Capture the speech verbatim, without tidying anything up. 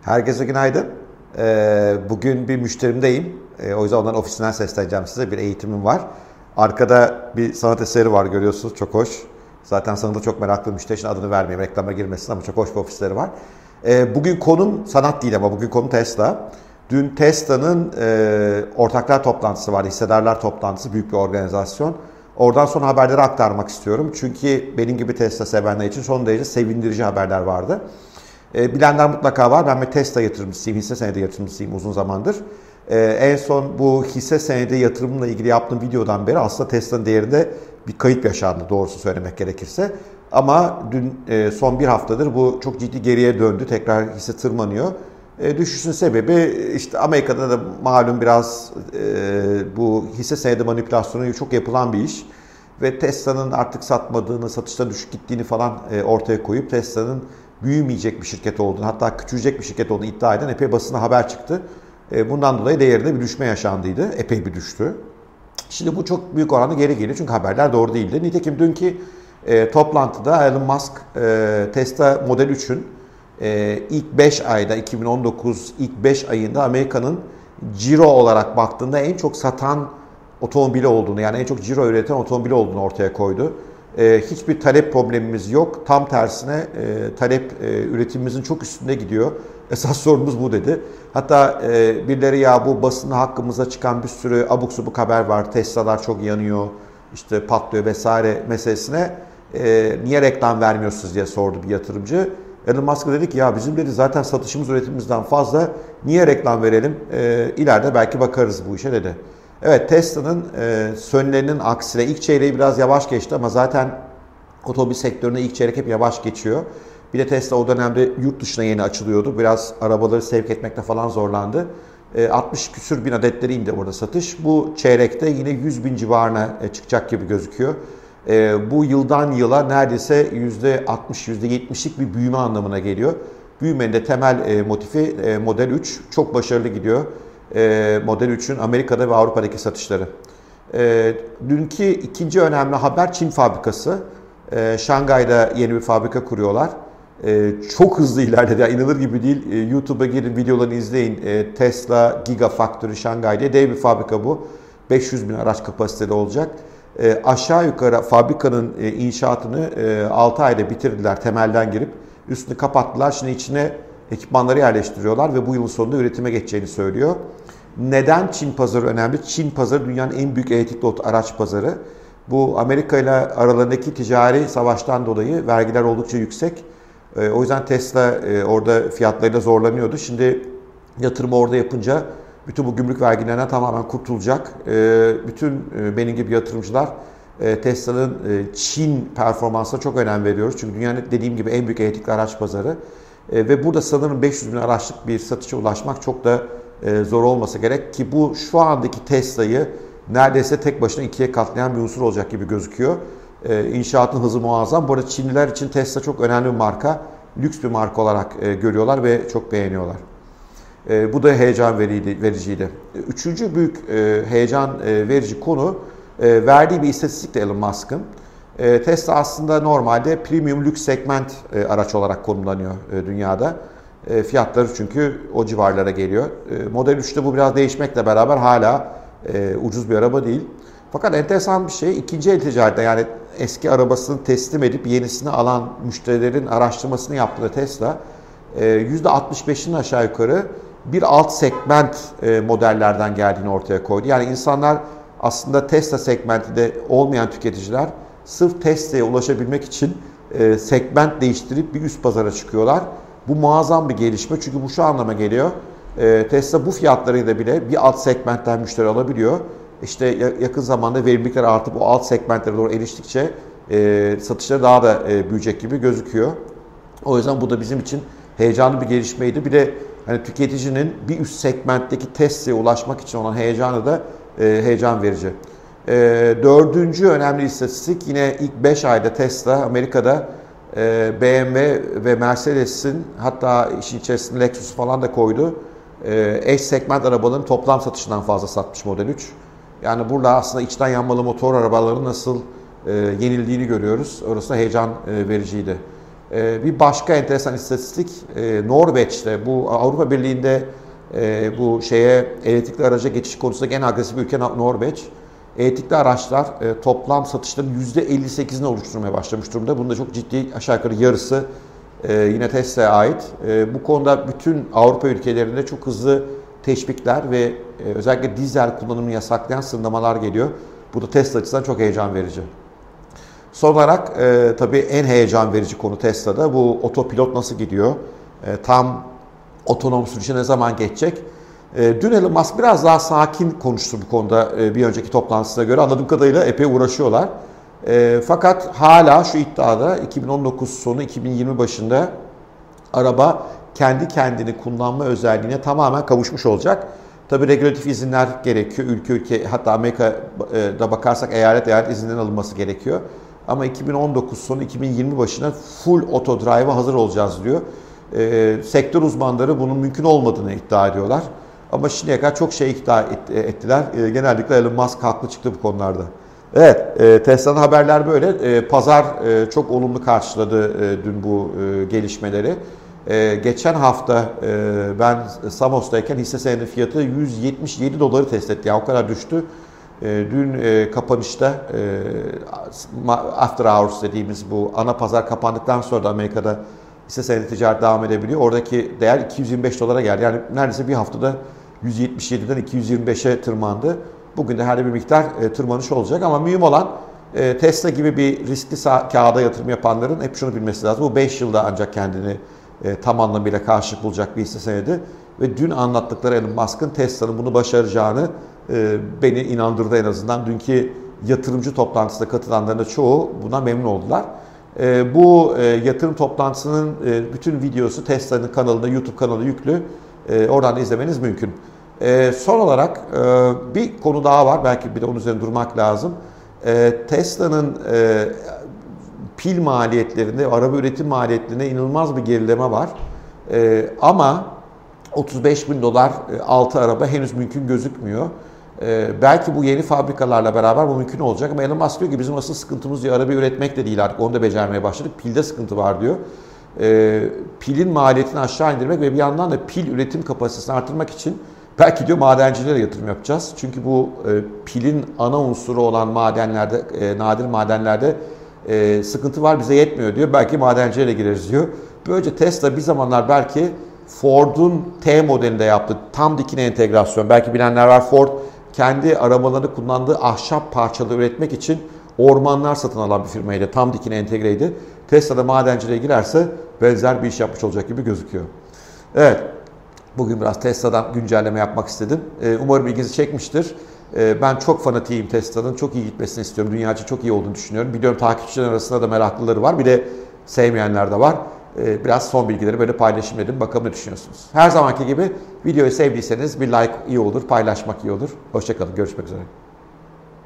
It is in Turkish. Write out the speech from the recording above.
Herkese günaydın. Ee, bugün bir müşterimdeyim. Ee, o yüzden onların ofisinden sesleneceğim size. Bir eğitimim var. Arkada bir sanat eseri var, görüyorsunuz. Çok hoş. Zaten sanata çok meraklı müşteri. Şimdi adını vermeyeyim, reklama girmesin, ama çok hoş bir ofisleri var. Ee, bugün konum sanat değil ama bugün konu Tesla. Dün Tesla'nın e, ortaklar toplantısı var, hissedarlar toplantısı, büyük bir organizasyon. Oradan son haberleri aktarmak istiyorum. Çünkü benim gibi Tesla sevenler için son derece sevindirici haberler vardı. E, bilenler mutlaka var. Ben bir Tesla yatırımcısıyım, hisse senedi yatırımcısıyım uzun zamandır. E, en son bu hisse senedi yatırımla ilgili yaptığım videodan beri aslında Tesla'nın değerinde bir kayıp yaşandı, doğrusu söylemek gerekirse. Ama dün e, son bir haftadır bu çok ciddi geriye döndü. Tekrar hisse tırmanıyor. E, düşüşün sebebi işte Amerika'da da malum biraz e, bu hisse senedi manipülasyonu çok yapılan bir iş. Ve Tesla'nın artık satmadığını, satışta düşük gittiğini falan e, ortaya koyup Tesla'nın büyümeyecek bir şirket olduğunu, hatta küçülecek bir şirket olduğunu iddia eden epey basına haber çıktı. E, bundan dolayı değerinde bir düşme yaşandıydı. Epey bir düştü. Şimdi bu çok büyük oranda geri geliyor çünkü haberler doğru değildi. Nitekim dünkü e, toplantıda Elon Musk e, Tesla Model üçün e, ilk beş ayda, iki bin on dokuz ilk beş ayında Amerika'nın ciro olarak baktığında en çok satan otomobili olduğunu, yani en çok ciro üreten otomobili olduğunu ortaya koydu. Ee, hiçbir talep problemimiz yok. Tam tersine e, talep e, üretimimizin çok üstünde gidiyor. Esas sorunumuz bu dedi. Hatta e, birileri ya bu basında hakkımıza çıkan bir sürü abuk subuk haber var. Tesla'lar çok yanıyor, işte patlıyor vesaire meselesine e, niye reklam vermiyorsunuz diye sordu bir yatırımcı. Elon Musk dedi ki ya bizim dedi zaten satışımız üretimimizden fazla, niye reklam verelim? E, ileride belki bakarız bu işe dedi. Evet, Tesla'nın e, söyleneninin aksine ilk çeyreği biraz yavaş geçti ama zaten otomobil sektöründe ilk çeyrek hep yavaş geçiyor. Bir de Tesla o dönemde yurt dışına yeni açılıyordu. Biraz arabaları sevk etmekte falan zorlandı. E, altmış küsür bin adetleri indi orada satış. Bu çeyrekte yine yüz bin civarına e, çıkacak gibi gözüküyor. E, bu yıldan yıla neredeyse yüzde altmış yüzde yetmişlik bir büyüme anlamına geliyor. Büyümenin de temel e, motifi e, Model üç çok başarılı gidiyor. Model üçün Amerika'da ve Avrupa'daki satışları. E, dünkü ikinci önemli haber Çin fabrikası. E, Şangay'da yeni bir fabrika kuruyorlar. E, çok hızlı ilerledi. Yani inanılır gibi değil. E, YouTube'a girin, videolarını izleyin. E, Tesla Gigafactory Şangay diye dev bir fabrika bu. beş yüz bin araç kapasiteli olacak. E, aşağı yukarı fabrikanın e, inşaatını e, altı ayda bitirdiler temelden girip. Üstünü kapattılar. Şimdi içine ekipmanları yerleştiriyorlar ve bu yılın sonunda üretime geçeceğini söylüyor. Neden Çin pazarı önemli? Çin pazarı dünyanın en büyük elektrikli araç pazarı. Bu Amerika ile aralarındaki ticari savaştan dolayı vergiler oldukça yüksek. O yüzden Tesla orada fiyatlarıyla zorlanıyordu. Şimdi yatırımı orada yapınca bütün bu gümrük vergilerinden tamamen kurtulacak. Bütün benim gibi yatırımcılar Tesla'nın Çin performansına çok önem veriyoruz. Çünkü dünyanın dediğim gibi en büyük elektrikli araç pazarı. E, ve burada sanırım beş yüz bin araçlık bir satışa ulaşmak çok da e, zor olmasa gerek ki bu şu andaki Tesla'yı neredeyse tek başına ikiye katlayan bir unsur olacak gibi gözüküyor. E, inşaatın hızı muazzam. Bu arada Çinliler için Tesla çok önemli bir marka, lüks bir marka olarak e, görüyorlar ve çok beğeniyorlar. E, bu da heyecan vericiydi. Üçüncü büyük e, heyecan e, verici konu e, verdiği bir istatistik de Elon Musk'ın. Tesla aslında normalde premium lüks segment araç olarak konumlanıyor dünyada. Fiyatları çünkü o civarlara geliyor. Model üçte bu biraz değişmekle beraber hala ucuz bir araba değil. Fakat enteresan bir şey, ikinci el ticarette, yani eski arabasını teslim edip yenisini alan müşterilerin araştırmasını yaptığı Tesla yüzde altmış beşinin aşağı yukarı bir alt segment modellerden geldiğini ortaya koydu. Yani insanlar aslında Tesla segmentinde olmayan tüketiciler sırf Tesla'ya ulaşabilmek için e, segment değiştirip bir üst pazara çıkıyorlar. Bu muazzam bir gelişme çünkü bu şu anlama geliyor. E, Tesla bu fiyatlarıyla bile bir alt segmentten müşteri alabiliyor. İşte yakın zamanda verimlilikler artıp o alt segmentlere doğru eriştikçe e, satışları daha da e, büyüyecek gibi gözüküyor. O yüzden bu da bizim için heyecanlı bir gelişmeydi. Bir de hani tüketicinin bir üst segmentteki Tesla'ya ulaşmak için olan heyecanı da e, heyecan verici. E, dördüncü önemli istatistik yine ilk beş ayda Tesla Amerika'da e, B M W ve Mercedes'in, hatta işin içerisinde Lexus falan da koydu. E, eş segment arabaların toplam satışından fazla satmış Model üç. Yani burada aslında içten yanmalı motor arabaların nasıl e, yenildiğini görüyoruz. Orası da heyecan e, vericiydi. Bir başka enteresan istatistik, Norveç'te, bu Avrupa Birliği'nde bu şeye elektrikli araca geçiş konusunda en agresif ülke Norveç. Elektrikli araçlar toplam satışların yüzde elli sekizini oluşturmaya başlamış durumda. Bunda çok ciddi, aşağı yukarı yarısı yine Tesla'ya ait. Bu konuda bütün Avrupa ülkelerinde çok hızlı teşvikler ve özellikle dizel kullanımını yasaklayan sınırlamalar geliyor. Bu da Tesla açısından çok heyecan verici. Son olarak e, tabii en heyecan verici konu Tesla'da bu otopilot nasıl gidiyor? E, tam otonom sürüşe ne zaman geçecek? E, dün Elon Musk biraz daha sakin konuştu bu konuda e, bir önceki toplantısına göre. Anladığım kadarıyla epey uğraşıyorlar. E, fakat hala şu iddiada iki bin on dokuz sonu iki bin yirmi başında araba kendi kendini kullanma özelliğine tamamen kavuşmuş olacak. Tabii regülatif izinler gerekiyor. Ülke ülke, hatta Amerika'da bakarsak eyalet eyalet izinden alınması gerekiyor. Ama iki bin on dokuz sonu iki bin yirmi başına full otodrive'a hazır olacağız diyor. E, sektör uzmanları bunun mümkün olmadığını iddia ediyorlar. Ama şimdiye kadar çok şey iddia ettiler. E, genellikle Elon Musk haklı çıktı bu konularda. Evet, e, Tesla'nın haberler böyle. E, pazar e, çok olumlu karşıladı e, dün bu e, gelişmeleri. E, geçen hafta e, ben Samos'tayken hisse senedi fiyatı yüz yetmiş yedi doları test etti. Yani o kadar düştü. E, dün e, kapanışta e, after hours dediğimiz bu ana pazar kapandıktan sonra da Amerika'da hisse senedi ticareti devam edebiliyor. Oradaki değer iki yüz yirmi beş dolara geldi. Yani neredeyse bir haftada yüz yetmiş yediden iki yüz yirmi beşe tırmandı. Bugün de her bir miktar e, tırmanış olacak ama mühim olan e, Tesla gibi bir riskli kağıda yatırım yapanların hep şunu bilmesi lazım. Bu beş yılda ancak kendini e, tam anlamıyla karşılık bulacak bir hisse senedi. Ve dün anlattıkları Elon Musk'ın Tesla'nın bunu başaracağını e, beni inandırdı en azından. Dünkü yatırımcı toplantısına katılanların da çoğu buna memnun oldular. E, bu e, yatırım toplantısının e, bütün videosu Tesla'nın kanalında, YouTube kanalı yüklü. E, oradan da izlemeniz mümkün. E, son olarak e, bir konu daha var. Belki bir de onun üzerine durmak lazım. E, Tesla'nın e, pil maliyetlerinde, araba üretim maliyetlerinde inanılmaz bir gerileme var. E, ama otuz beş bin dolar altı araba henüz mümkün gözükmüyor. Ee, belki bu yeni fabrikalarla beraber bu mümkün olacak ama Elon Musk diyor ki bizim asıl sıkıntımız diyor araba üretmek de değil artık, onu da becermeye başladık. Pilde sıkıntı var diyor. Ee, pilin maliyetini aşağı indirmek ve bir yandan da pil üretim kapasitesini artırmak için belki diyor madencilere yatırım yapacağız. Çünkü bu e, pilin ana unsuru olan madenlerde, e, nadir madenlerde e, sıkıntı var, bize yetmiyor diyor. Belki madencilere gireriz diyor. Böylece Tesla bir zamanlar belki Ford'un T modelinde yaptığı tam dikine entegrasyon, belki bilenler var, Ford kendi arabalarını kullandığı ahşap parçaları üretmek için ormanlar satın alan bir firmaydı. Tam dikine entegreydi. Tesla'da madenciliğe girerse benzer bir iş yapmış olacak gibi gözüküyor. Evet, bugün biraz Tesla'dan güncelleme yapmak istedim. Umarım ilginizi çekmiştir. Ben çok fanatiyim Tesla'nın. Çok iyi gitmesini istiyorum. Dünyaca çok iyi olduğunu düşünüyorum. Biliyorum takipçilerin arasında da meraklıları var. Bir de sevmeyenler de var. Biraz son bilgileri böyle paylaşayım dedim. Bakalım ne düşünüyorsunuz? Her zamanki gibi videoyu sevdiyseniz bir like iyi olur, paylaşmak iyi olur. Hoşça kalın, görüşmek üzere.